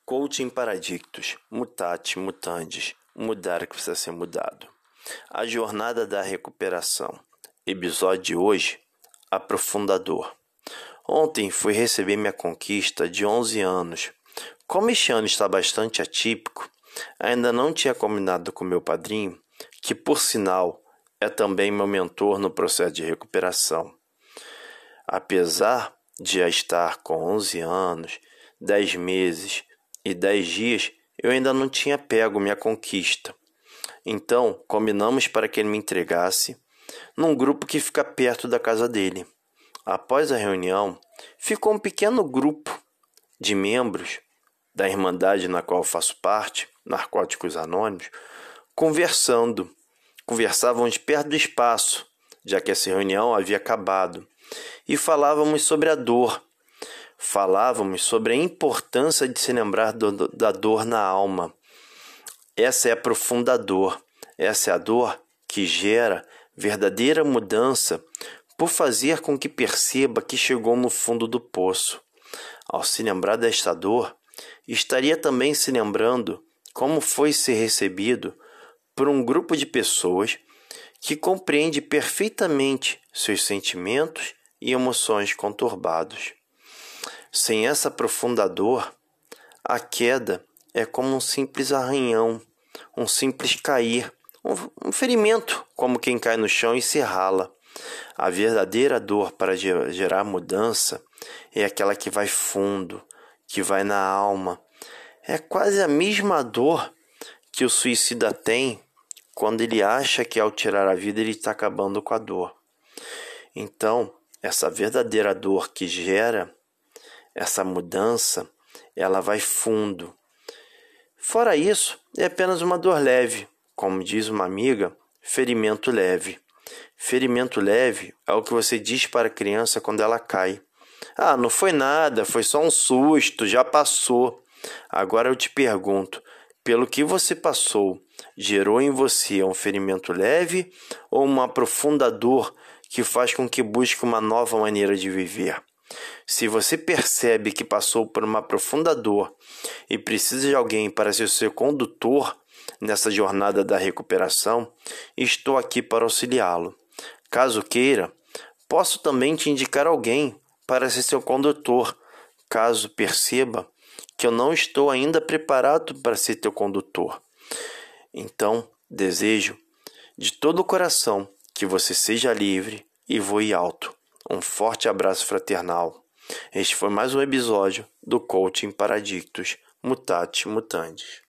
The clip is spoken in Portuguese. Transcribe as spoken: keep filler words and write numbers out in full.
Coaching Paradictus, Mutate Mutandis, mudar o que precisa ser mudado. A jornada da recuperação. Episódio de hoje, aprofundador. Ontem fui receber minha conquista de onze anos. Como este ano está bastante atípico, ainda não tinha combinado com meu padrinho, que por sinal é também meu mentor no processo de recuperação. Apesar de já estar com onze anos, dez meses e dez dias, eu ainda não tinha pego minha conquista. Então, combinamos para que ele me entregasse num grupo que fica perto da casa dele. Após a reunião, ficou um pequeno grupo de membros da Irmandade na qual faço parte, Narcóticos Anônimos, conversando. Conversávamos perto do espaço, já que essa reunião havia acabado, e falávamos sobre a dor. Falávamos sobre a importância de se lembrar do, da dor na alma. Essa é a profunda dor. Essa é a dor que gera verdadeira mudança por fazer com que perceba que chegou no fundo do poço. Ao se lembrar desta dor, estaria também se lembrando como foi ser recebido por um grupo de pessoas que compreende perfeitamente seus sentimentos e emoções conturbados. Sem essa profunda dor, a queda é como um simples arranhão, um simples cair, um, um ferimento, como quem cai no chão e se rala. A verdadeira dor para gerar mudança é aquela que vai fundo, que vai na alma. É quase a mesma dor que o suicida tem quando ele acha que ao tirar a vida ele está acabando com a dor. Então, essa verdadeira dor que gera essa mudança, ela vai fundo. Fora isso, é apenas uma dor leve. Como diz uma amiga, ferimento leve. Ferimento leve é o que você diz para a criança quando ela cai. Ah, não foi nada, foi só um susto, já passou. Agora eu te pergunto, pelo que você passou, gerou em você um ferimento leve ou uma profunda dor que faz com que busque uma nova maneira de viver? Se você percebe que passou por uma profunda dor e precisa de alguém para ser seu condutor nessa jornada da recuperação, estou aqui para auxiliá-lo. Caso queira, posso também te indicar alguém para ser seu condutor, caso perceba que eu não estou ainda preparado para ser teu condutor. Então, desejo de todo o coração que você seja livre e voe alto. Um forte abraço fraternal. Este foi mais um episódio do Coaching Paradictus, Mutate Mutandis.